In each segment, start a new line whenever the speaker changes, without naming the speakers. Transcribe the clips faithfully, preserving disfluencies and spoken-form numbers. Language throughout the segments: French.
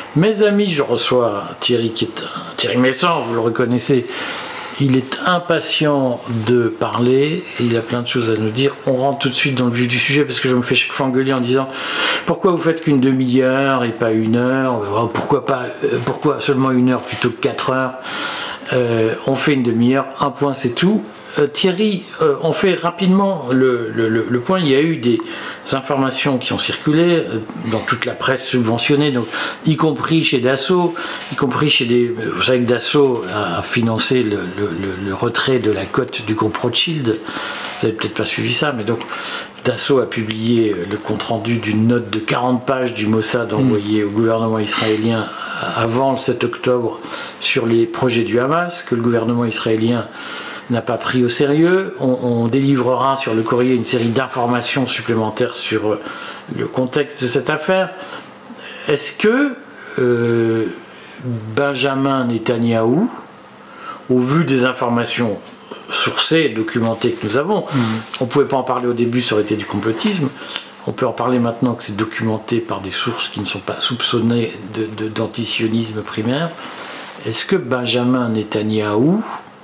Mes amis, je reçois Thierry qui est un- Thierry Messant, vous le reconnaissez. Il est impatient de parler, et il a plein de choses à nous dire. On rentre tout de suite dans le vif du sujet parce que je me fais chaque fois engueuler en disant pourquoi vous faites qu'une demi-heure et pas une heure, pourquoi, pas, pourquoi seulement une heure plutôt que quatre heures. Euh, on fait une demi-heure, un point c'est tout. Euh, Thierry, euh, on fait rapidement le, le, le, le point. Il y a eu des informations qui ont circulé euh, dans toute la presse subventionnée, donc, y compris chez Dassault, y compris chez des... Vous savez que Dassault a financé le, le, le, le retrait de la cote du groupe Rothschild. Vous n'avez peut-être pas suivi ça, mais donc Dassault a publié le compte-rendu d'une note de quarante pages du Mossad envoyée mmh. au gouvernement israélien avant le sept octobre sur les projets du Hamas, que le gouvernement israélien n'a pas pris au sérieux. On, on délivrera sur le courrier une série d'informations supplémentaires sur le contexte de cette affaire. Est-ce que euh, Benjamin Netanyahou, au vu des informations sourcées et documentées que nous avons, mmh. on ne pouvait pas en parler au début, ça aurait été du complotisme, on peut en parler maintenant que c'est documenté par des sources qui ne sont pas soupçonnées de, de, d'antisionisme primaire, est-ce que Benjamin Netanyahou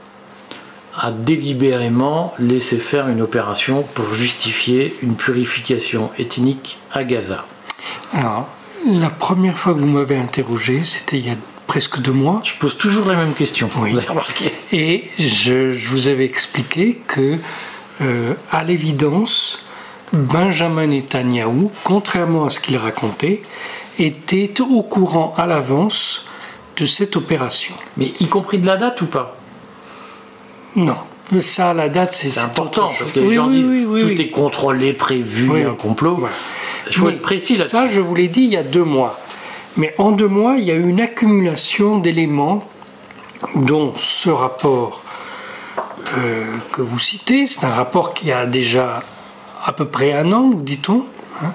a délibérément laissé faire une opération pour justifier une purification ethnique à Gaza?
Alors, la première fois que vous m'avez interrogé, c'était il y a presque deux mois.
Je pose toujours les mêmes questions,
oui.
Vous avez remarqué.
Et je, je vous avais expliqué que, euh, à l'évidence, Benjamin Netanyahou, contrairement à ce qu'il racontait, était au courant à l'avance de cette opération.
Mais y compris de la date ou pas?
Non, ça, la date, c'est,
c'est important, parce que les
oui,
gens
oui,
disent
oui, oui,
tout
oui.
est contrôlé, prévu,
oui.
un complot.
Ouais.
Il faut
Mais
être précis là-dessus.
Ça, je vous l'ai dit il y a deux mois. Mais en deux mois, il y a eu une accumulation d'éléments dont ce rapport euh, que vous citez, c'est un rapport qui a déjà à peu près un an, dit-on. Hein.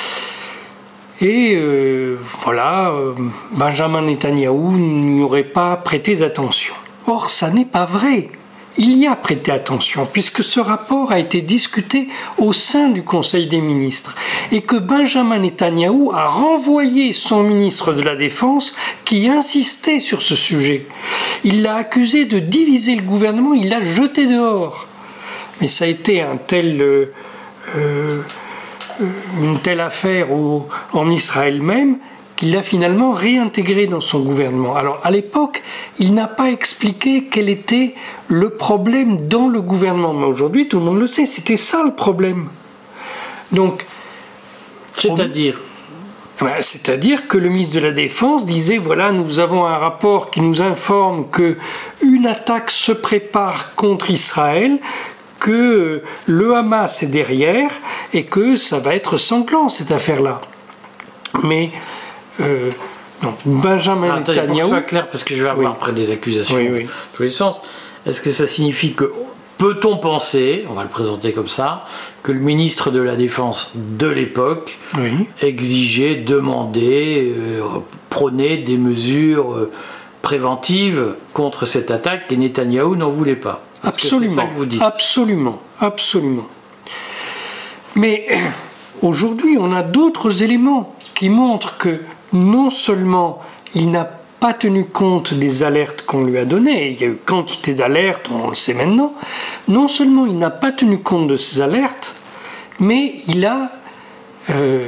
Et euh, voilà, euh, Benjamin Netanyahou n'y aurait pas prêté d'attention. Or, ça n'est pas vrai. Il y a prêté attention, puisque ce rapport a été discuté au sein du Conseil des ministres, et que Benjamin Netanyahou a renvoyé son ministre de la Défense qui insistait sur ce sujet. Il l'a accusé de diviser le gouvernement, il l'a jeté dehors. Mais ça a été un tel... Euh, euh, une telle affaire au, en Israël même, qu'il l'a finalement réintégré dans son gouvernement. Alors à l'époque, il n'a pas expliqué quel était le problème dans le gouvernement. Mais aujourd'hui, tout le monde le sait, c'était ça le problème. Donc,
c'est-à-dire
ben, c'est-à-dire que le ministre de la Défense disait, voilà, nous avons un rapport qui nous informe qu'une attaque se prépare contre Israël, que le Hamas est derrière et que ça va être sanglant cette affaire-là. Mais euh, non, Benjamin
ah,
Netanyahou...
Pour que ce soit clair, parce que je vais avoir
oui.
après des accusations
oui, oui.
dans tous les sens, est-ce que ça signifie que, peut-on penser, on va le présenter comme ça, que le ministre de la Défense de l'époque
oui.
exigeait, demandait, euh, prônait des mesures euh, préventives contre cette attaque et Netanyahou n'en voulait pas?
Absolument,
c'est ça que vous dites.
absolument, absolument. Mais aujourd'hui, on a d'autres éléments qui montrent que non seulement il n'a pas tenu compte des alertes qu'on lui a données, il y a eu quantité d'alertes, on le sait maintenant, non seulement il n'a pas tenu compte de ces alertes, mais il a, euh,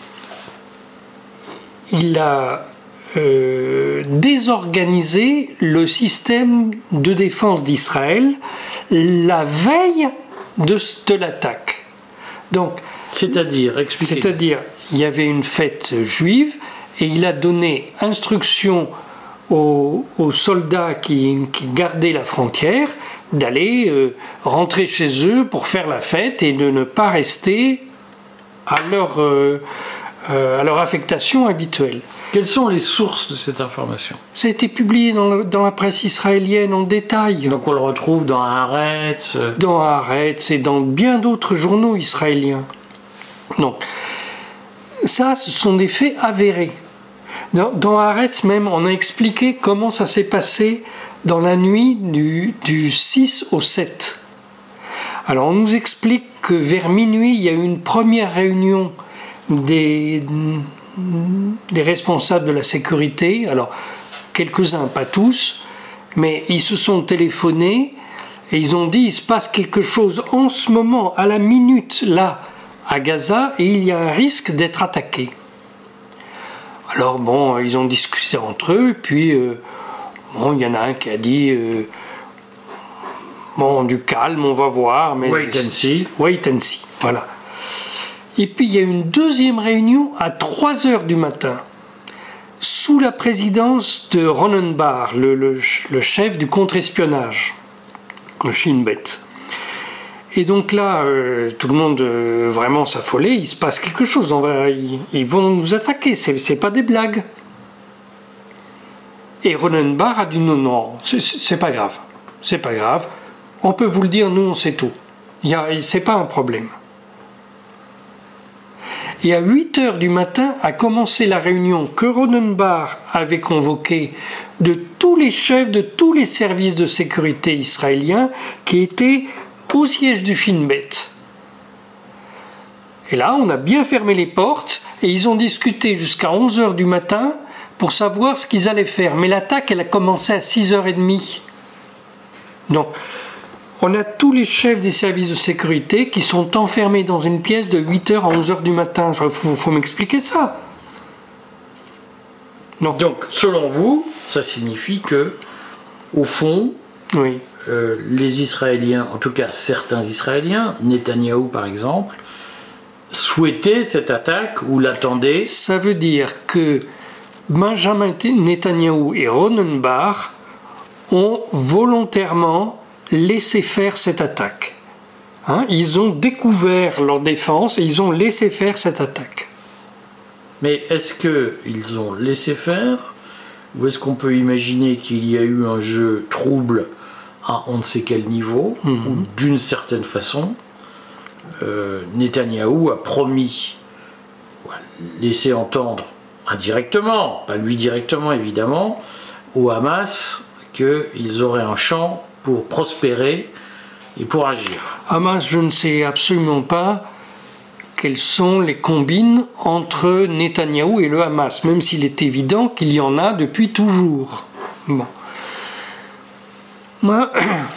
il a Euh, désorganiser le système de défense d'Israël la veille de, de l'attaque. Donc,
c'est-à-dire, expliquez.
C'est-à-dire, il y avait une fête juive et il a donné instruction aux, aux soldats qui, qui gardaient la frontière d'aller euh, rentrer chez eux pour faire la fête et de ne pas rester à leur, euh, euh, à leur affectation habituelle.
Quelles sont les sources de cette information?
Ça a été publié dans, le, dans la presse israélienne en détail.
Donc on le retrouve dans Haaretz.
Dans Haaretz et dans bien d'autres journaux israéliens. Donc, ça, ce sont des faits avérés. Dans, dans Haaretz même, on a expliqué comment ça s'est passé dans la nuit du, du six au sept. Alors on nous explique que vers minuit, il y a eu une première réunion des... des responsables de la sécurité, alors quelques-uns, pas tous, mais ils se sont téléphonés et ils ont dit il se passe quelque chose en ce moment, à la minute, là, à Gaza, et il y a un risque d'être attaqué. Alors bon, ils ont discuté entre eux, puis euh, bon, il y en a un qui a dit euh, bon, du calme, on va voir, mais
wait and see.
Wait and see, voilà. Et puis il y a une deuxième réunion à trois heures du matin, sous la présidence de Ronen Bar, le, le, le chef du contre-espionnage, le Shin Bet. Et donc là, euh, tout le monde euh, vraiment s'affolait, il se passe quelque chose, on va, ils, ils vont nous attaquer, c'est, c'est pas des blagues. Et Ronen Bar a dit non, non, c'est, c'est pas grave, c'est pas grave, on peut vous le dire, nous on sait tout, il y a, c'est pas un problème. Et à huit heures du matin a commencé la réunion que Ronen Bar avait convoquée de tous les chefs de tous les services de sécurité israéliens qui étaient au siège du Shin Bet. Et là, on a bien fermé les portes et ils ont discuté jusqu'à onze heures du matin pour savoir ce qu'ils allaient faire. Mais l'attaque, elle a commencé à six heures trente. Donc, on a tous les chefs des services de sécurité qui sont enfermés dans une pièce de huit heures à onze heures du matin. Il faut, faut m'expliquer ça.
Non. Donc, selon vous, ça signifie que, au fond,
oui.
euh, les Israéliens, en tout cas certains Israéliens, Netanyahou par exemple, souhaitaient cette attaque ou l'attendaient.
Ça veut dire que Benjamin Netanyahou et Ronen Bar ont volontairement laissé faire cette attaque. Hein, ils ont découvert leur défense et ils ont laissé faire cette attaque.
Mais est-ce qu'ils ont laissé faire ou est-ce qu'on peut imaginer qu'il y a eu un jeu trouble à on ne sait quel niveau, mmh. ou d'une certaine façon, euh, Netanyahou a promis, laisser entendre indirectement, pas lui directement évidemment, au Hamas qu'ils auraient un champ pour prospérer et pour agir.
Hamas, je ne sais absolument pas quelles sont les combines entre Netanyahou et le Hamas, même s'il est évident qu'il y en a depuis toujours. Bon. Moi,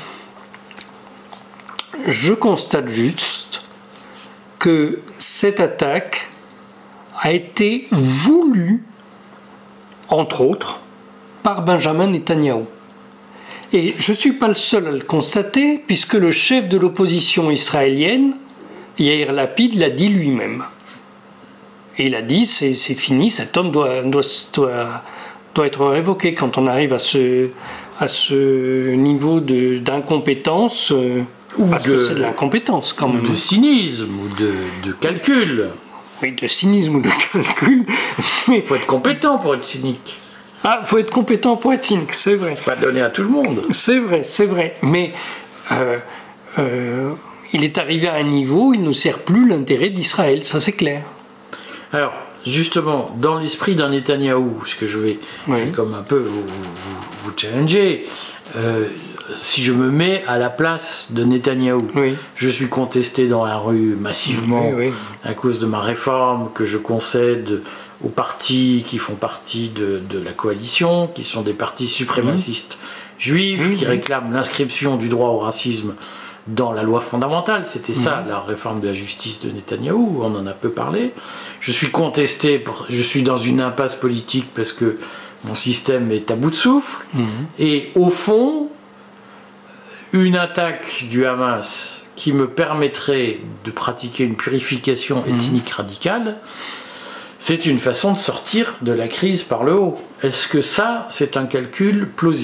je constate juste que cette attaque a été voulue, entre autres, par Benjamin Netanyahou. Et je ne suis pas le seul à le constater, puisque le chef de l'opposition israélienne, Yair Lapid, l'a dit lui-même. Et il a dit, c'est, c'est fini, cet homme doit, doit, doit, doit être révoqué. Quand on arrive à ce, à ce niveau de, d'incompétence, euh, parce de, que c'est de l'incompétence quand même.
De cynisme ou de, de calcul.
Oui, de cynisme ou de calcul.
Il faut être compétent pour être cynique.
Ah, il faut être compétent pour être cynique, c'est vrai.
Pas donner à tout le monde.
C'est vrai, c'est vrai. Mais euh, euh, il est arrivé à un niveau où il ne sert plus l'intérêt d'Israël, ça c'est clair.
Alors, justement, dans l'esprit d'un Netanyahou, ce que je vais, oui. je vais comme un peu vous, vous, vous challenger, euh, si je me mets à la place de Netanyahou, oui. je suis contesté dans la rue massivement oui, oui. à cause de ma réforme que je concède aux partis qui font partie de, de la coalition, qui sont des partis suprémacistes mmh. juifs, mmh. qui réclament l'inscription du droit au racisme dans la loi fondamentale. C'était mmh. ça, la réforme de la justice de Netanyahou, on en a peu parlé. Je suis contesté, pour, je suis dans une impasse politique parce que mon système est à bout de souffle. Mmh. Et au fond, une attaque du Hamas qui me permettrait de pratiquer une purification mmh. ethnique radicale, c'est une façon de sortir de la crise par le haut. Est-ce que ça, c'est un calcul plausible ?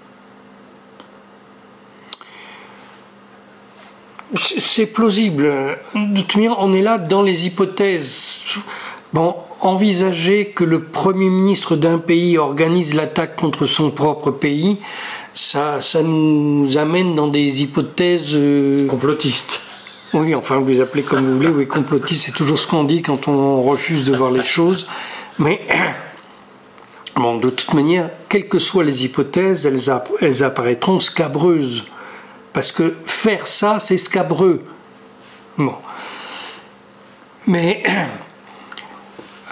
C'est plausible. De toute manière, on est là dans les hypothèses. Bon, envisager que le Premier ministre d'un pays organise l'attaque contre son propre pays, ça, ça nous amène dans des hypothèses... Euh...
complotistes.
Oui, enfin, vous les appelez comme vous voulez. Oui, complotiste, c'est toujours ce qu'on dit quand on refuse de voir les choses. Mais, bon, de toute manière, quelles que soient les hypothèses, elles, app- elles apparaîtront scabreuses. Parce que faire ça, c'est scabreux. Bon. Mais,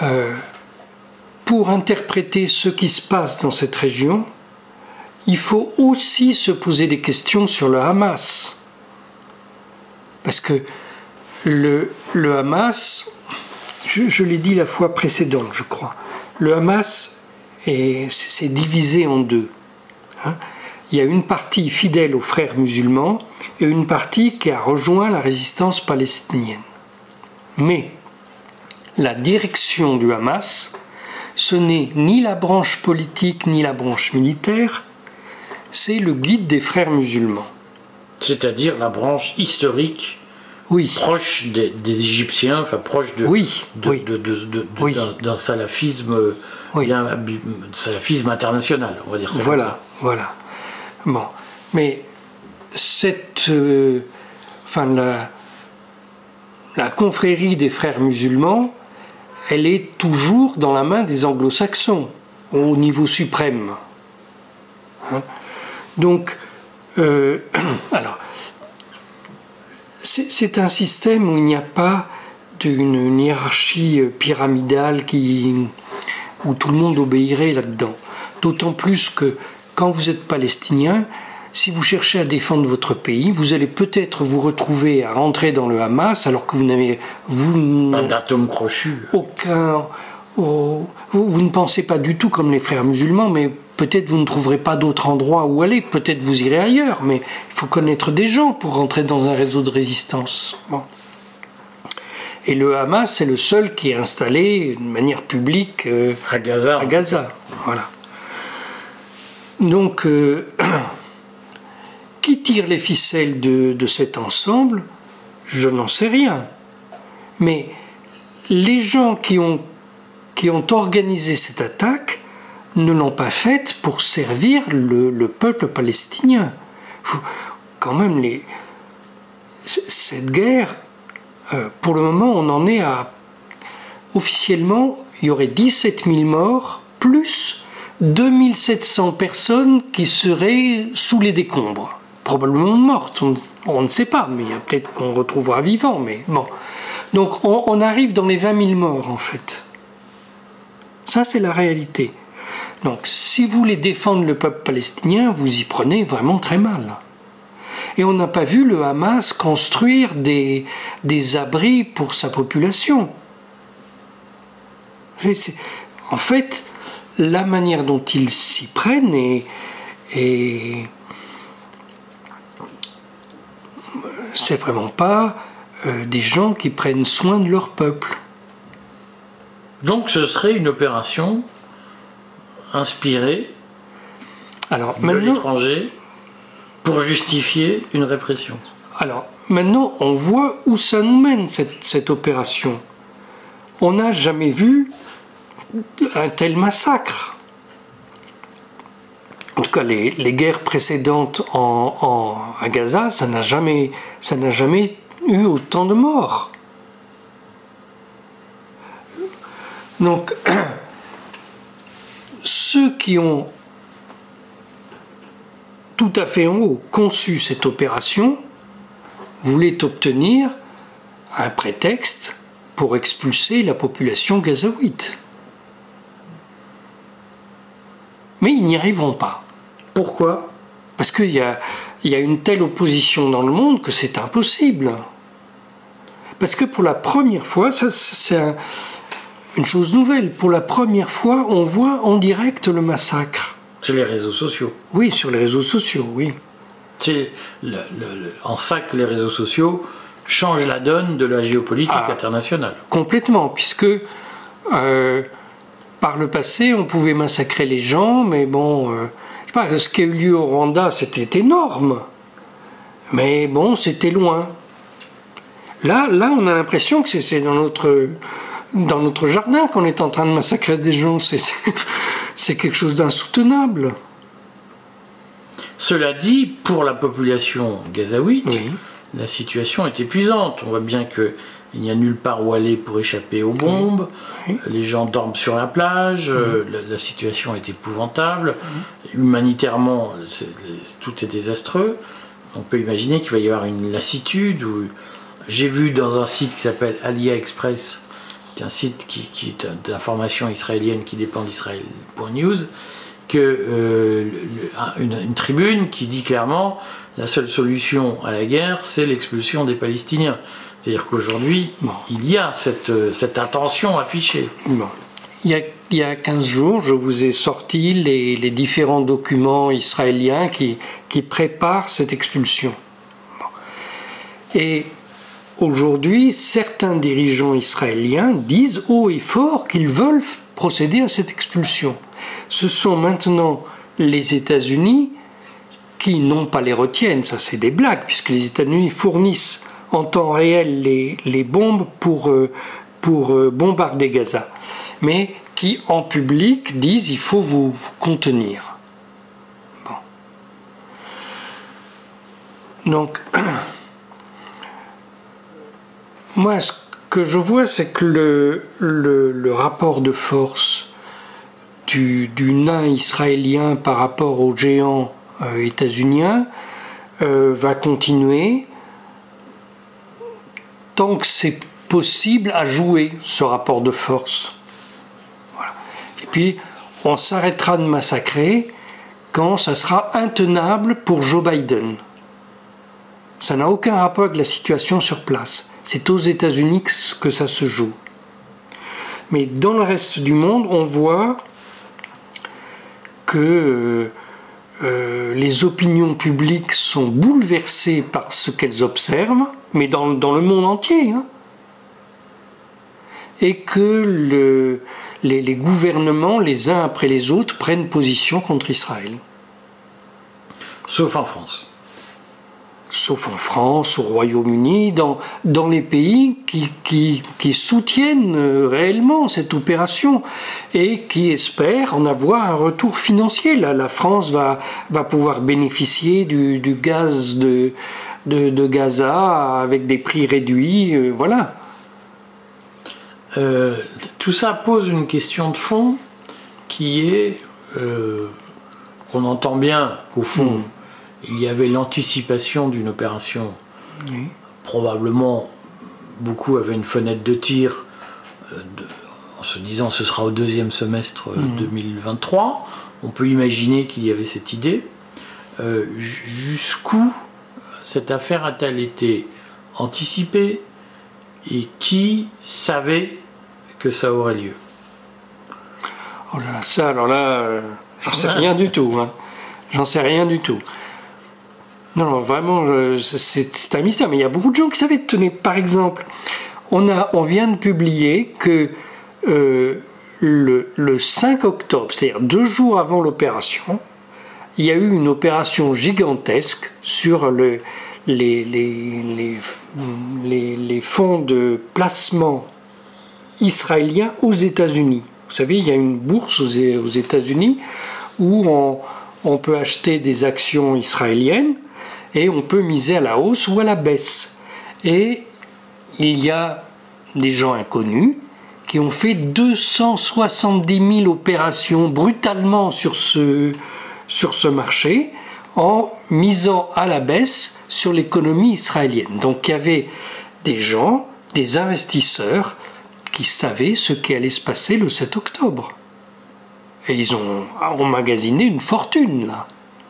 euh, pour interpréter ce qui se passe dans cette région, il faut aussi se poser des questions sur le Hamas. Parce que le, le Hamas, je, je l'ai dit la fois précédente, je crois, le Hamas s'est divisé en deux. Hein. Il y a une partie fidèle aux frères musulmans et une partie qui a rejoint la résistance palestinienne. Mais la direction du Hamas, ce n'est ni la branche politique ni la branche militaire, c'est le guide des frères musulmans.
C'est-à-dire la branche historique,
oui,
proche des, des Égyptiens, enfin proche de,
oui,
de,
oui.
de, de, de, de,
oui.
d'un, d'un salafisme,
oui.
bien, salafisme international, on va dire ça
voilà,
comme ça.
Voilà. Bon, mais cette, euh, enfin la, la confrérie des frères musulmans, elle est toujours dans la main des anglo-saxons, au niveau suprême. Hein? Donc, euh, alors, c'est, c'est un système où il n'y a pas d'une une hiérarchie pyramidale qui, où tout le monde obéirait là-dedans. D'autant plus que quand vous êtes palestinien, si vous cherchez à défendre votre pays, vous allez peut-être vous retrouver à rentrer dans le Hamas alors que vous n'avez vous
pas d'atome crochu.
Aucun, oh, vous, vous ne pensez pas du tout comme les frères musulmans, mais peut-être vous ne trouverez pas d'autre endroit où aller. Peut-être vous irez ailleurs, mais il faut connaître des gens pour rentrer dans un réseau de résistance. Bon. Et le Hamas, c'est le seul qui est installé de manière publique euh,
à Gaza.
À Gaza, voilà. Donc, euh, qui tire les ficelles de, de cet ensemble? Je n'en sais rien. Mais les gens qui ont, qui ont organisé cette attaque ne l'ont pas faite pour servir le, le peuple palestinien. Faut, quand même, les, cette guerre, euh, pour le moment, on en est à... Officiellement, il y aurait dix-sept mille morts, plus deux mille sept cents personnes qui seraient sous les décombres, probablement mortes, on, on ne sait pas, mais il y a peut-être qu'on retrouvera vivant, mais bon. Donc on, on arrive dans les vingt mille morts en fait. Ça c'est la réalité. Donc si vous voulez défendre le peuple palestinien, vous y prenez vraiment très mal. Et on n'a pas vu le Hamas construire des, des abris pour sa population. C'est, en fait, la manière dont ils s'y prennent est, est c'est vraiment pas euh, des gens qui prennent soin de leur peuple.
Donc ce serait une opération inspirée
alors,
de
maintenant,
l'étranger pour justifier une répression.
Alors maintenant on voit où ça nous mène cette, cette opération. On n'a jamais vu un tel massacre. En tout cas, les, les guerres précédentes en, en, à Gaza, ça n'a jamais, ça n'a jamais eu autant de morts. Donc, ceux qui ont tout à fait en haut conçu cette opération voulaient obtenir un prétexte pour expulser la population gazaouite. Mais ils n'y arriveront pas.
Pourquoi?
Parce qu'il y a, il y a une telle opposition dans le monde que c'est impossible. Parce que pour la première fois, ça, c'est un, une chose nouvelle, pour la première fois, on voit en direct le massacre.
Sur les réseaux sociaux.
Oui, sur les réseaux sociaux, oui.
C'est le, le, le, en ça que les réseaux sociaux changent la donne de la géopolitique ah, internationale.
Complètement, puisque... Euh, Par le passé, on pouvait massacrer les gens, mais bon, euh, je sais pas, ce qui a eu lieu au Rwanda, c'était énorme. Mais bon, c'était loin. Là, là, on a l'impression que c'est, c'est dans notre, dans notre jardin qu'on est en train de massacrer des gens. C'est, c'est, c'est quelque chose d'insoutenable.
Cela dit, pour la population gazaouite,
oui.
La situation est épuisante. On voit bien que il n'y a nulle part où aller pour échapper aux bombes. Oui. Les gens dorment sur la plage. Oui. Euh, la, la situation est épouvantable. Oui. Humanitairement, c'est, tout est désastreux. On peut imaginer qu'il va y avoir une lassitude. Où... J'ai vu dans un site qui s'appelle AliExpress qui est un site qui, qui est d'information israélienne qui dépend d'israël point news, que euh, le, une, une tribune qui dit clairement la seule solution à la guerre, c'est l'expulsion des Palestiniens. C'est-à-dire qu'aujourd'hui, bon. il y a cette, cette intention affichée.
Bon. Il y a, il y a quinze jours, je vous ai sorti les, les différents documents israéliens qui, qui préparent cette expulsion. Bon. Et aujourd'hui, certains dirigeants israéliens disent haut et fort qu'ils veulent procéder à cette expulsion. Ce sont maintenant les États-Unis qui non pas les retiennent, ça c'est des blagues, puisque les États-Unis fournissent en temps réel les, les bombes pour, pour bombarder Gaza, mais qui en public disent il faut vous, vous contenir. Bon. Donc, moi ce que je vois, c'est que le, le, le rapport de force du, du nain israélien par rapport au géant euh, états-unien euh, va continuer tant que c'est possible à jouer ce rapport de force. Voilà. Et puis, on s'arrêtera de massacrer quand ça sera intenable pour Joe Biden. Ça n'a aucun rapport avec la situation sur place. C'est aux États-Unis que ça se joue. Mais dans le reste du monde, on voit que euh, euh, les opinions publiques sont bouleversées par ce qu'elles observent, mais dans, dans le monde entier, hein, et que le, les, les gouvernements, les uns après les autres, prennent position contre Israël.
Sauf en France.
Sauf en France, au Royaume-Uni, dans, dans les pays qui, qui, qui soutiennent réellement cette opération et qui espèrent en avoir un retour financier. Là, la France va, va pouvoir bénéficier du, du gaz de, de, de Gaza avec des prix réduits, euh, voilà.
Euh, tout ça pose une question de fond qui est euh, qu'on entend bien qu'au fond, mmh. il y avait l'anticipation d'une opération. Oui. Probablement, beaucoup avaient une fenêtre de tir euh, de, en se disant ce sera au deuxième semestre euh, mmh. deux mille vingt-trois. On peut imaginer qu'il y avait cette idée. Euh, jusqu'où cette affaire a-t-elle été anticipée et qui savait que ça aurait lieu?
Oh là, ça, alors là, euh, j'en sais rien du tout. Hein. J'en sais rien du tout. Non, non, vraiment, euh, c'est, c'est un mystère, mais il y a beaucoup de gens qui savaient. Tenez, par exemple, on, a, on vient de publier que euh, le, le cinq octobre, c'est-à-dire deux jours avant l'opération, il y a eu une opération gigantesque sur le, les, les, les, les, les fonds de placement israéliens aux États-Unis. Vous savez, il y a une bourse aux, aux États-Unis où on, on peut acheter des actions israéliennes et on peut miser à la hausse ou à la baisse. Et il y a des gens inconnus qui ont fait deux cent soixante-dix mille opérations brutalement sur ce, sur ce marché en misant à la baisse sur l'économie israélienne. Donc il y avait des gens, des investisseurs qui savaient ce qui allait se passer le sept octobre. Et ils ont emmagasiné une fortune là.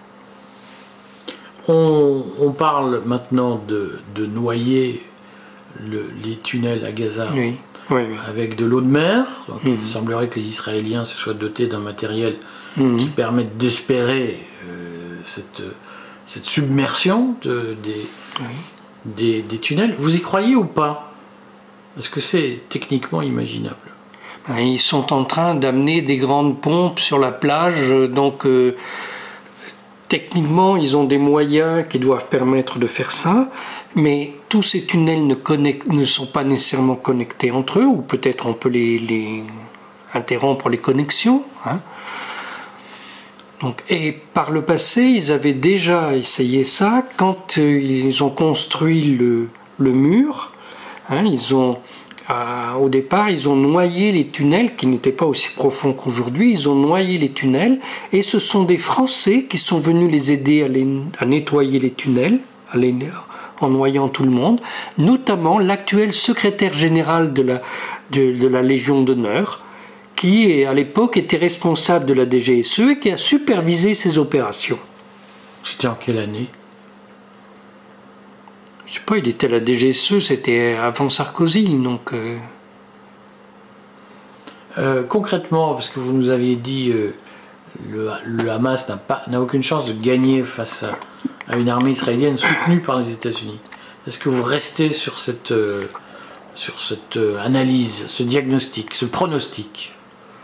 On, on parle maintenant de, de noyer le, les tunnels à Gaza
oui, oui, oui.
avec de l'eau de mer. Donc,
mmh.
Il semblerait que les Israéliens se soient dotés d'un matériel
mmh.
qui permette d'espérer euh, cette, cette submersion de, des,
oui.
des, des tunnels. Vous y croyez ou pas? Est-ce que c'est techniquement imaginable?
Ils sont en train d'amener des grandes pompes sur la plage, donc euh, techniquement ils ont des moyens qui doivent permettre de faire ça, mais tous ces tunnels ne, connect- ne sont pas nécessairement connectés entre eux, ou peut-être on peut les, les interrompre les connexions. Hein. Donc, et par le passé, ils avaient déjà essayé ça quand euh, ils ont construit le, le mur. Hein, ils ont Euh, au départ, ils ont noyé les tunnels qui n'étaient pas aussi profonds qu'aujourd'hui. Ils ont noyé les tunnels et ce sont des Français qui sont venus les aider à, les, à nettoyer les tunnels à les, en noyant tout le monde, notamment l'actuel secrétaire général de la, de, de la Légion d'honneur, qui à l'époque était responsable de la D G S E et qui a supervisé ces opérations.
C'était en quelle année?
Je sais pas, il était à la D G S E, c'était avant Sarkozy, donc... Euh...
Euh, concrètement, parce que vous nous aviez dit euh, le, le Hamas n'a pas n'a aucune chance de gagner face à, à une armée israélienne soutenue par les États-Unis. Est-ce que vous restez sur cette, euh, sur cette euh, analyse, ce diagnostic, ce pronostic?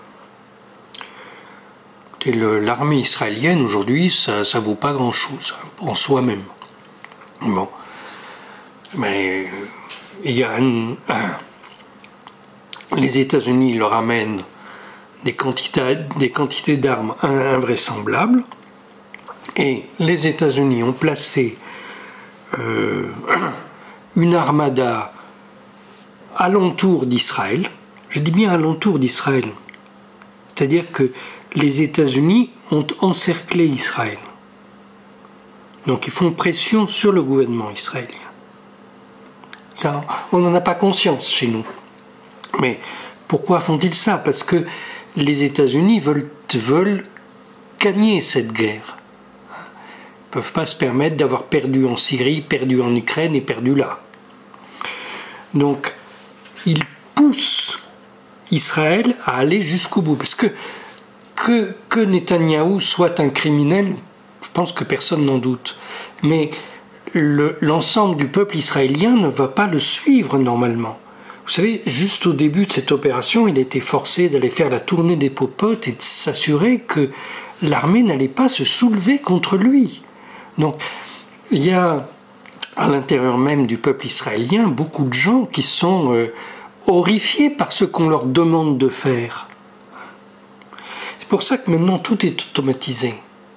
Et le, l'armée israélienne aujourd'hui, ça ne vaut pas grand-chose en soi-même. Bon. Mais il y a un, un les États-Unis leur amènent des quantités, des quantités d'armes invraisemblables, et les États-Unis ont placé euh, une armada alentour d'Israël. Je dis bien alentour d'Israël. C'est-à-dire que les États-Unis ont encerclé Israël. Donc ils font pression sur le gouvernement israélien. Ça, on n'en a pas conscience chez nous. Mais pourquoi font-ils ça? Parce que les États-Unis veulent, veulent gagner cette guerre. Ils ne peuvent pas se permettre d'avoir perdu en Syrie, perdu en Ukraine et perdu là. Donc, ils poussent Israël à aller jusqu'au bout. Parce que que, que Netanyahou soit un criminel, je pense que personne n'en doute. Mais le, l'ensemble du peuple israélien ne va pas le suivre normalement. Vous savez, juste au début de cette opération, il était forcé d'aller faire la tournée des popotes et de s'assurer que l'armée n'allait pas se soulever contre lui. Donc, il y a à l'intérieur même du peuple israélien beaucoup de gens qui sont euh, horrifiés par ce qu'on leur demande de faire. C'est pour ça que maintenant tout est automatisé.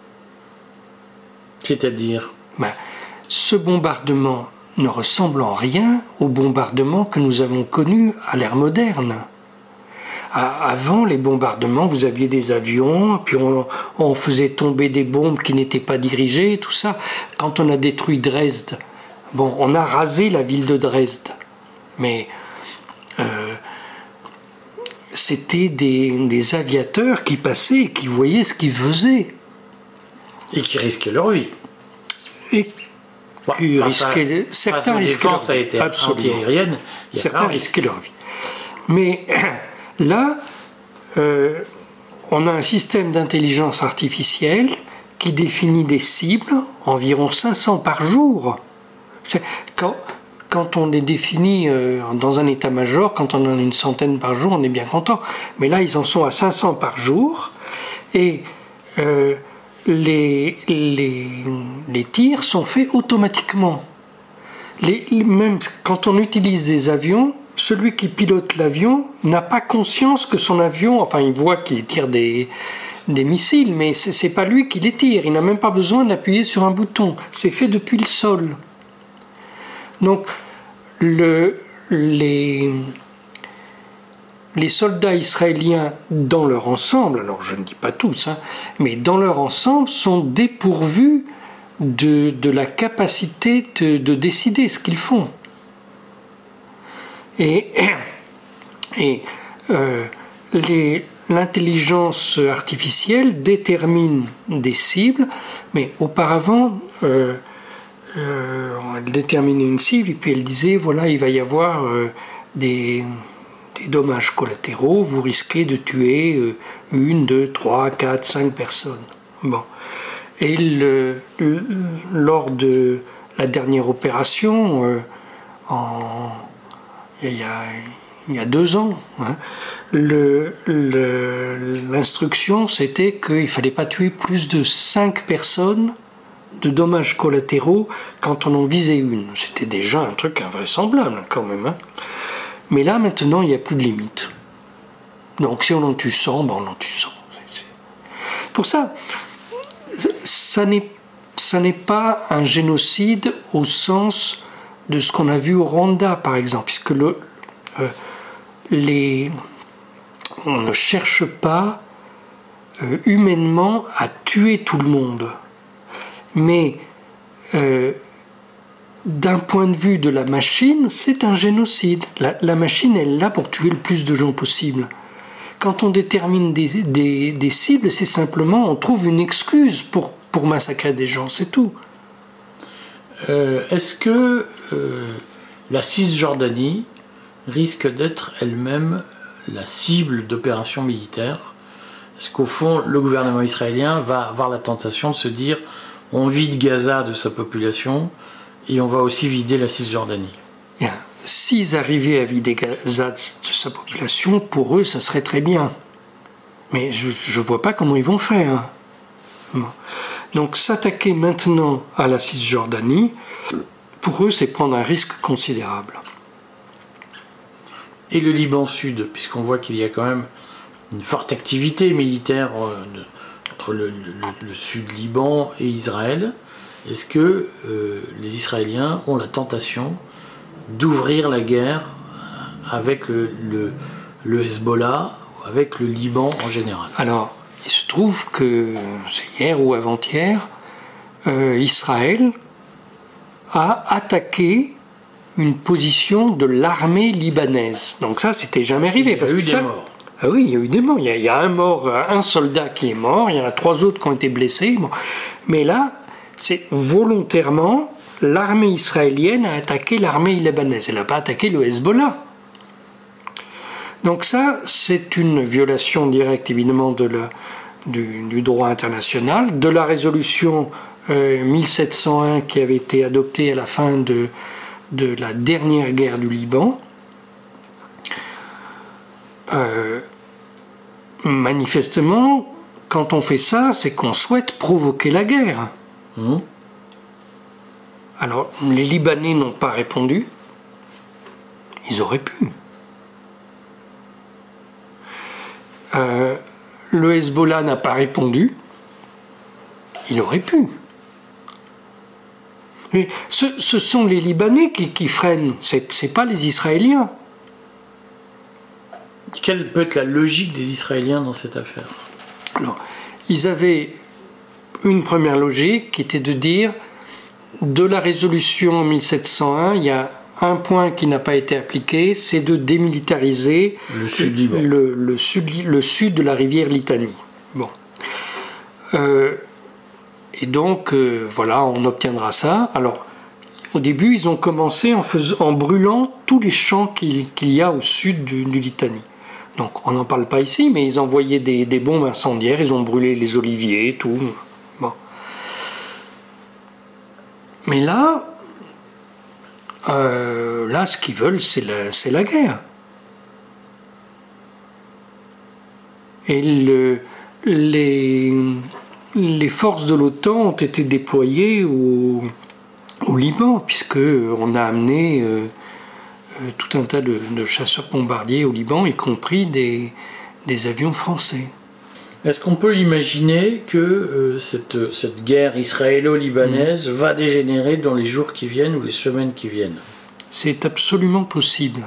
C'est-à-dire
ben, ce bombardement ne ressemble en rien au bombardement que nous avons connu à l'ère moderne. Avant les bombardements, vous aviez des avions, puis on, on faisait tomber des bombes qui n'étaient pas dirigées, tout ça. Quand on a détruit Dresde, bon, on a rasé la ville de Dresde, mais euh, c'était des, des aviateurs qui passaient et qui voyaient ce qu'ils faisaient.
Et qui risquaient leur vie.
Et
Bon,
qui
face
risquaient,
à,
certains
face
risquaient leur
ça a été anti-aérienne.
Certains risquaient leur vie. Mais là, euh, on a un système d'intelligence artificielle qui définit des cibles, environ cinq cents par jour. C'est, quand, quand on les définit euh, dans un état-major, quand on en a une centaine par jour, on est bien content. Mais là, ils en sont à cinq cents par jour. Et euh, les, les, les tirs sont faits automatiquement. Les, les, même quand on utilise des avions, celui qui pilote l'avion n'a pas conscience que son avion, enfin il voit qu'il tire des, des missiles, mais c'est, c'est pas lui qui les tire, il n'a même pas besoin d'appuyer sur un bouton, c'est fait depuis le sol. Donc le, les, les soldats israéliens dans leur ensemble, alors je ne dis pas tous, hein, mais dans leur ensemble sont dépourvus de, de la capacité de, de décider ce qu'ils font. Et, et euh, les, l'intelligence artificielle détermine des cibles, mais auparavant, euh, euh, elle déterminait une cible et puis elle disait, voilà, il va y avoir euh, des, des dommages collatéraux, vous risquez de tuer euh, une, deux, trois, quatre, cinq personnes. Bon. Et le, le, lors de la dernière opération, euh, en... Il y, a, il y a deux ans, hein, le, le, l'instruction c'était qu'il ne fallait pas tuer plus de cinq personnes de dommages collatéraux quand on en visait une. C'était déjà un truc invraisemblable quand même. Hein. Mais là maintenant il n'y a plus de limite. Donc si on en tue cent, ben on en tue cent. C'est, c'est... Pour ça, ça n'est, ça n'est pas un génocide au sens de ce qu'on a vu au Rwanda, par exemple, puisque le, euh, les, on ne cherche pas euh, humainement à tuer tout le monde, mais euh, d'un point de vue de la machine, c'est un génocide. La, la machine, elle est là pour tuer le plus de gens possible. Quand on détermine des, des, des cibles, c'est simplement, on trouve une excuse pour, pour massacrer des gens, c'est tout.
Euh, est-ce que euh, la Cisjordanie risque d'être elle-même la cible d'opérations militaires? Est-ce qu'au fond, le gouvernement israélien va avoir la tentation de se dire on vide Gaza de sa population et on va aussi vider la Cisjordanie?
Bien. S'ils arrivaient à vider Gaza de sa population, pour eux, ça serait très bien. Mais je ne vois pas comment ils vont faire. Bon. Donc s'attaquer maintenant à la Cisjordanie, pour eux, c'est prendre un risque considérable.
Et le Liban Sud, puisqu'on voit qu'il y a quand même une forte activité militaire euh, de, entre le, le, le Sud-Liban et Israël, est-ce que euh, les Israéliens ont la tentation d'ouvrir la guerre avec le, le, le Hezbollah, avec le Liban en général?
Alors, il se trouve que, c'est hier ou avant-hier, euh, Israël a attaqué une position de l'armée libanaise. Donc ça, c'était jamais arrivé.
Il y a
parce
eu
que
des
ça,
morts.
Ah oui, il y a eu des morts. Il y a, il y a un mort, un soldat qui est mort, il y en a trois autres qui ont été blessés. Bon. Mais là, c'est volontairement, l'armée israélienne a attaqué l'armée libanaise. Elle n'a pas attaqué le Hezbollah. Donc ça, c'est une violation directe, évidemment, de la, du, du droit international, de la résolution euh, mille sept cent un qui avait été adoptée à la fin de, de la dernière guerre du Liban. Euh, manifestement, quand on fait ça, c'est qu'on souhaite provoquer la guerre.
Mmh.
Alors, les Libanais n'ont pas répondu. Ils auraient pu. Euh, le Hezbollah n'a pas répondu. Il aurait pu. Mais ce, ce sont les Libanais qui, qui freinent, c'est, c'est pas les Israéliens.
Quelle peut être la logique des Israéliens dans cette affaire?
Alors, ils avaient une première logique qui était de dire de la résolution mille sept cent un, il y a un point qui n'a pas été appliqué, c'est de démilitariser
le sud, Liban.
le, le, sud, le sud de la rivière Litanie. Bon. Euh, et donc, euh, voilà, on obtiendra ça. Alors, au début, ils ont commencé en, faisant, en brûlant tous les champs qu'il, qu'il y a au sud du, du Litanie. Donc, on n'en parle pas ici, mais ils envoyaient des, des bombes incendiaires, ils ont brûlé les oliviers, tout. Bon. Mais là, euh, là, ce qu'ils veulent, c'est la, c'est la guerre. Et le, les, les forces de l'OTAN ont été déployées au, au Liban, puisqu'on a amené euh, euh, tout un tas de, de chasseurs-bombardiers au Liban, y compris des, des avions français.
Est-ce qu'on peut imaginer que euh, cette, cette guerre israélo-libanaise mmh. va dégénérer dans les jours qui viennent ou les semaines qui viennent?
C'est absolument possible.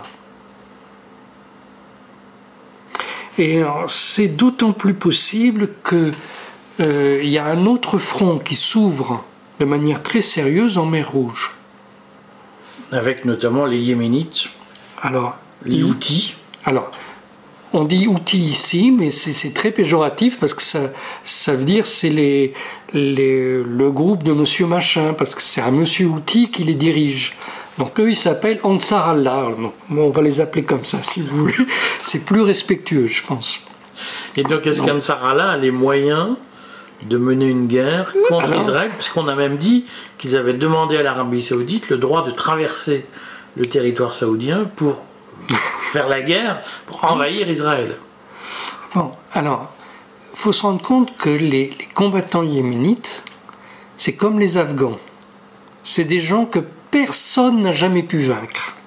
Et alors, c'est d'autant plus possible qu'il euh, y a un autre front qui s'ouvre de manière très sérieuse en mer Rouge.
Avec notamment les Yéménites,
alors,
les Houthis.
Alors, on dit Houthis ici, mais c'est, c'est très péjoratif parce que ça, ça veut dire c'est les, les, le groupe de Monsieur Machin, parce que c'est un Monsieur Houthi qui les dirige. Donc eux, ils s'appellent Ansar Allah. Donc, bon, on va les appeler comme ça, si vous voulez. C'est plus respectueux, je pense.
Et donc, est-ce qu'Ansar Allah a les moyens de mener une guerre contre Alors, Israël, puisqu'on a même dit qu'ils avaient demandé à l'Arabie Saoudite le droit de traverser le territoire saoudien pour faire la guerre, pour envahir Israël.
Bon, alors, il faut se rendre compte que les, les combattants yéménites, c'est comme les Afghans. C'est des gens que personne n'a jamais pu vaincre.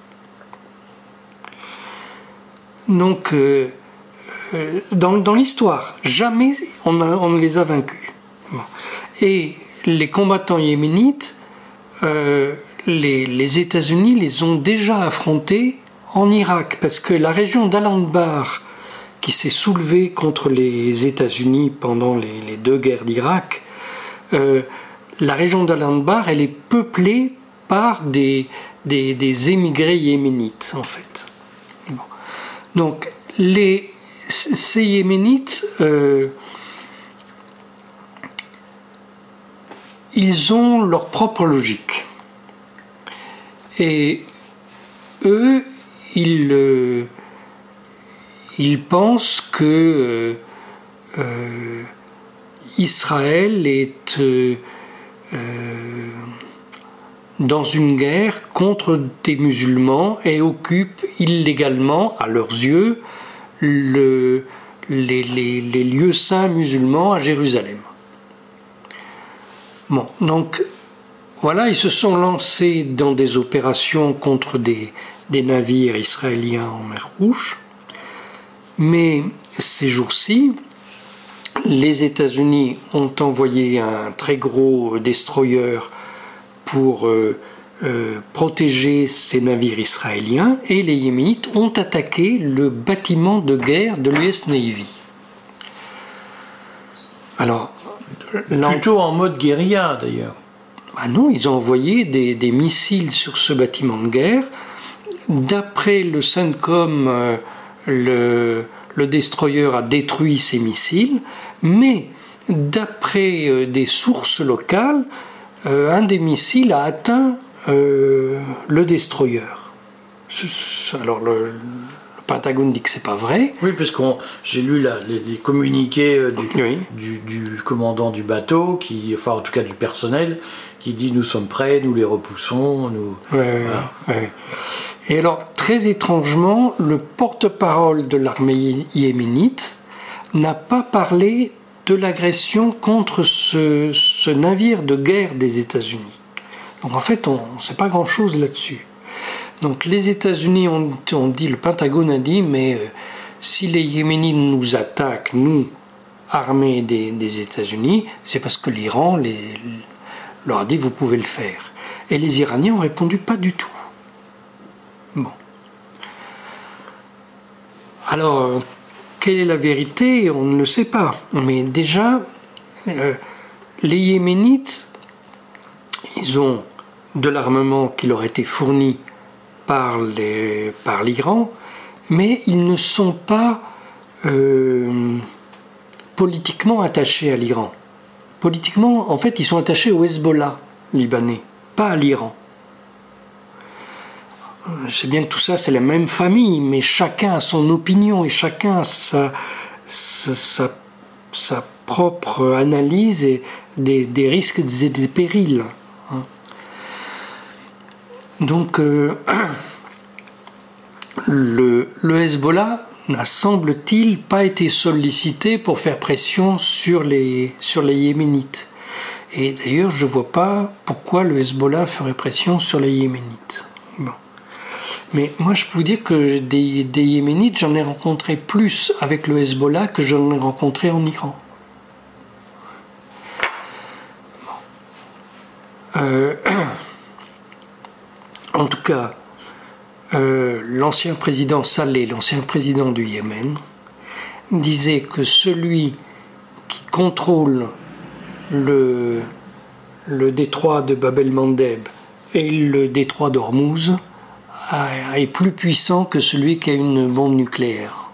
Donc, euh, euh, dans, dans l'histoire, jamais on, a, on les a vaincus. Bon. Et les combattants yéménites, euh, les, les États-Unis les ont déjà affrontés en Irak, parce que la région d'Al-Anbar, qui s'est soulevée contre les États-Unis pendant les, les deux guerres d'Irak, euh, la région d'Al-Anbar, elle est peuplée par des, des, des émigrés yéménites, en fait. Bon. Donc, les, ces yéménites, euh, ils ont leur propre logique. Et eux, ils, euh, ils pensent que euh, euh, Israël est euh, euh, dans une guerre contre des musulmans et occupe illégalement, à leurs yeux, le, les, les, les lieux saints musulmans à Jérusalem. Bon, donc voilà, ils se sont lancés dans des opérations contre des, des navires israéliens en mer Rouge, mais ces jours-ci, les États-Unis ont envoyé un très gros destroyer pour euh, euh, protéger ces navires israéliens, et les Yéménites ont attaqué le bâtiment de guerre de l'U S Navy. Alors,
là, plutôt en mode guérilla d'ailleurs.
Ah non, ils ont envoyé des, des missiles sur ce bâtiment de guerre. D'après le CENTCOM, euh, le, le destroyer a détruit ces missiles, mais d'après euh, des sources locales, euh, un des missiles a atteint euh, le destroyer. Alors le, le Pentagone dit que c'est pas vrai.
Oui, parce que j'ai lu la, les, les communiqués du,
oui.
du, du commandant du bateau, qui, enfin en tout cas du personnel, qui dit nous sommes prêts, nous les repoussons. Nous,
ouais, voilà. ouais. Et alors, très étrangement, le porte-parole de l'armée yéménite n'a pas parlé de l'agression contre ce, ce navire de guerre des États-Unis. Donc en fait, on ne sait pas grand-chose là-dessus. Donc les États-Unis ont, ont dit, le Pentagone a dit, mais euh, si les Yéménites nous attaquent, nous, armée des, des États-Unis, c'est parce que l'Iran les, leur a dit vous pouvez le faire. Et les Iraniens ont répondu pas du tout. Bon. Alors, quelle est la vérité? On ne le sait pas. Mais déjà, euh, les Yéménites, ils ont de l'armement qui leur a été fourni par, les, par l'Iran, mais ils ne sont pas euh, politiquement attachés à l'Iran. Politiquement, en fait, ils sont attachés au Hezbollah libanais, pas à l'Iran. Je sais bien que tout ça, c'est la même famille, mais chacun a son opinion et chacun a sa, sa, sa, sa propre analyse et des, des risques et des périls. Donc, euh, le, le Hezbollah n'a, semble-t-il, pas été sollicité pour faire pression sur les, sur les Yéménites. Et d'ailleurs, je ne vois pas pourquoi le Hezbollah ferait pression sur les Yéménites. Bon. Mais moi, je peux vous dire que des, des Yéménites, j'en ai rencontré plus avec le Hezbollah que j'en ai rencontré en Iran. Bon. Euh, en tout cas, Euh, l'ancien président Saleh, l'ancien président du Yémen, disait que celui qui contrôle le, le détroit de Bab el-Mandeb et le détroit d'Ormuz est plus puissant que celui qui a une bombe nucléaire.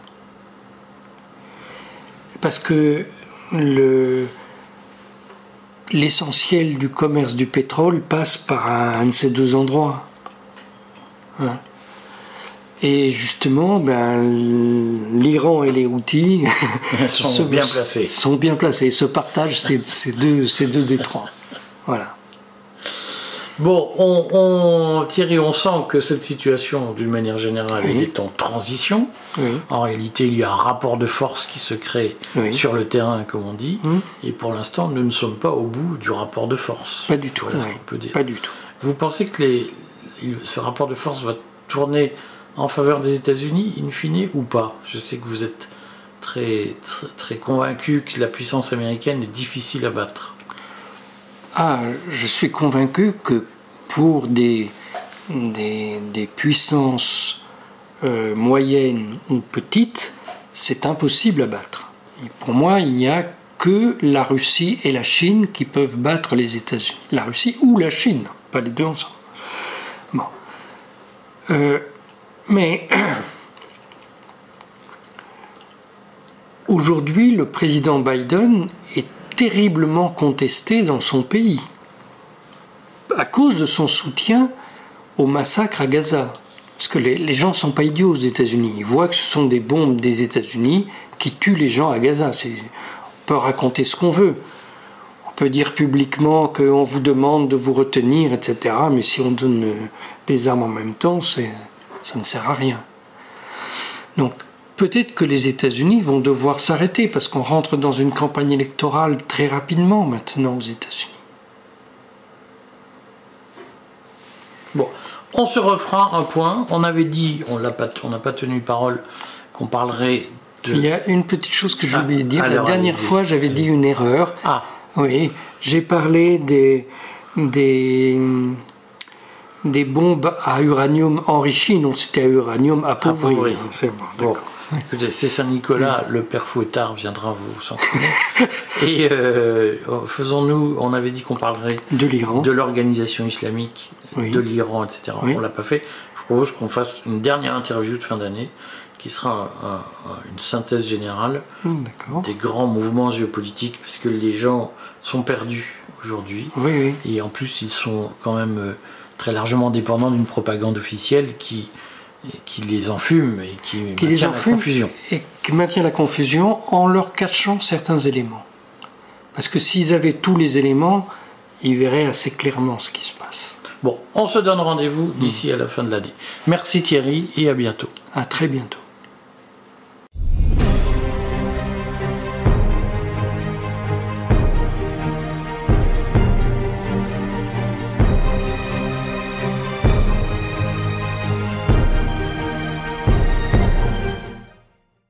Parce que le, l'essentiel du commerce du pétrole passe par un, un de ces deux endroits. Hein. Et justement, ben, l'Iran et les Houthis
sont,
se,
bien placés.
sont bien placés, se partagent ces, ces, deux, ces deux détroits. Voilà.
Bon, on, on, Thierry, on sent que cette situation, d'une manière générale,
oui.
elle est en transition.
Oui.
En réalité, il y a un rapport de force qui se crée oui. sur le terrain, comme on dit. Mmh. Et pour l'instant, nous ne sommes pas au bout du rapport de force.
Pas du tout.
Voilà
oui.
ce qu'on peut dire.
Pas du tout.
Vous pensez que les, ce rapport de force va tourner en faveur des États-Unis, in fine, ou pas? Je sais que vous êtes très, très, très convaincu que la puissance américaine est difficile à battre.
Ah, je suis convaincu que pour des, des, des puissances euh, moyennes ou petites, c'est impossible à battre. Et pour moi, il n'y a que la Russie et la Chine qui peuvent battre les États-Unis. La Russie ou la Chine, pas les deux ensemble. Euh, mais aujourd'hui, le président Biden est terriblement contesté dans son pays à cause de son soutien au massacre à Gaza. Parce que les, les gens ne sont pas idiots aux États-Unis. Ils voient que ce sont des bombes des États-Unis qui tuent les gens à Gaza. C'est, on peut raconter ce qu'on veut. On peut dire publiquement qu'on vous demande de vous retenir, et cetera. Mais si on donne des armes en même temps, c'est, ça ne sert à rien. Donc peut-être que les États-Unis vont devoir s'arrêter parce qu'on rentre dans une campagne électorale très rapidement maintenant aux États-Unis.
Bon. On se refera un point. On avait dit, on n'a pas, on n'a pas tenu parole, qu'on parlerait de...
Il y a une petite chose que je voulais dire.
Ah,
La dernière fois, j'avais dit une erreur.
Ah.
Oui, j'ai parlé des, des, des bombes à uranium enrichi. Non, c'était à uranium appauvri.
appauvri.
C'est bon, d'accord.
Bon. Écoutez, c'est Saint-Nicolas, le père Fouettard viendra vous sanctionner. Et euh, faisons-nous, on avait dit qu'on parlerait
de l'Iran,
de l'organisation islamique, oui. de l'Iran, et cetera. Oui. On ne l'a pas fait. Je propose qu'on fasse une dernière interview de fin d'année qui sera un, un, une synthèse générale des grands mouvements géopolitiques, puisque les gens sont perdus aujourd'hui.
Oui, oui.
Et en plus, ils sont quand même très largement dépendants d'une propagande officielle qui... qui les enfume et qui,
qui
maintient
les enfume
la confusion.
Et qui maintient la confusion en leur cachant certains éléments. Parce que s'ils avaient tous les éléments, ils verraient assez clairement ce qui se passe.
Bon, on se donne rendez-vous d'ici mmh. à la fin de l'année. Merci Thierry et à bientôt.
À très bientôt.